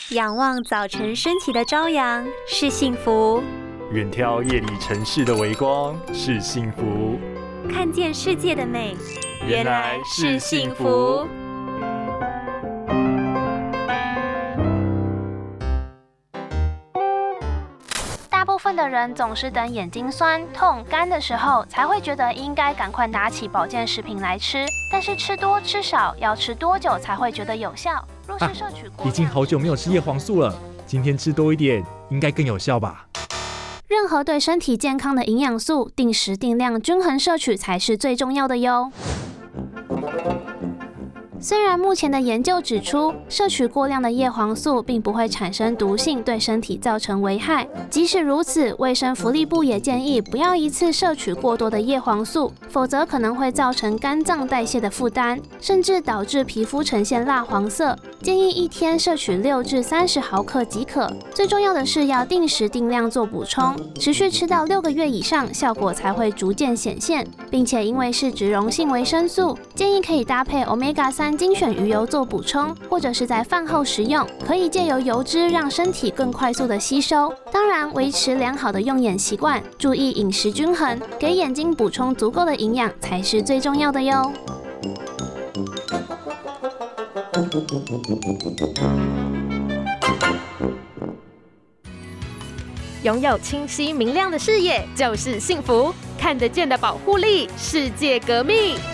仰望早晨升起的朝阳是幸福， 远眺夜里城市的微光是幸福， 看见世界的美原来是幸福。 大部分的人总是等眼睛酸、痛、干的时候，才会觉得应该赶快拿起保健食品来吃。但是吃多吃少，要吃多久才会觉得有效？若是摄取过量， 已经好久没有吃叶黄素了，今天吃多一点，应该更有效吧？ 任何对身体健康的营养素，定时定量、均衡摄取才是最重要的哟。虽然目前的研究指出，摄取过量的叶黄素并不会产生毒性，对身体造成危害。即使如此，卫生福利部也建议不要一次摄取过多的叶黄素，否则可能会造成肝脏代谢的负担，甚至导致皮肤呈现蜡黄色。建议一天摄取6至30毫克即可。最重要的是要定时定量做补充，持续吃到6个月以上，效果才会逐渐显现。并且因为是脂溶性维生素，建议可以搭配 Omega-3精选鱼油做补充，或者是在饭后食用，可以借由油脂让身体更快速的吸收。当然，维持良好的用眼习惯，注意饮食均衡，给眼睛补充足够的营养才是最重要的哟。 拥有清晰明亮的视野就是幸福，看得见的保护力，世界革命。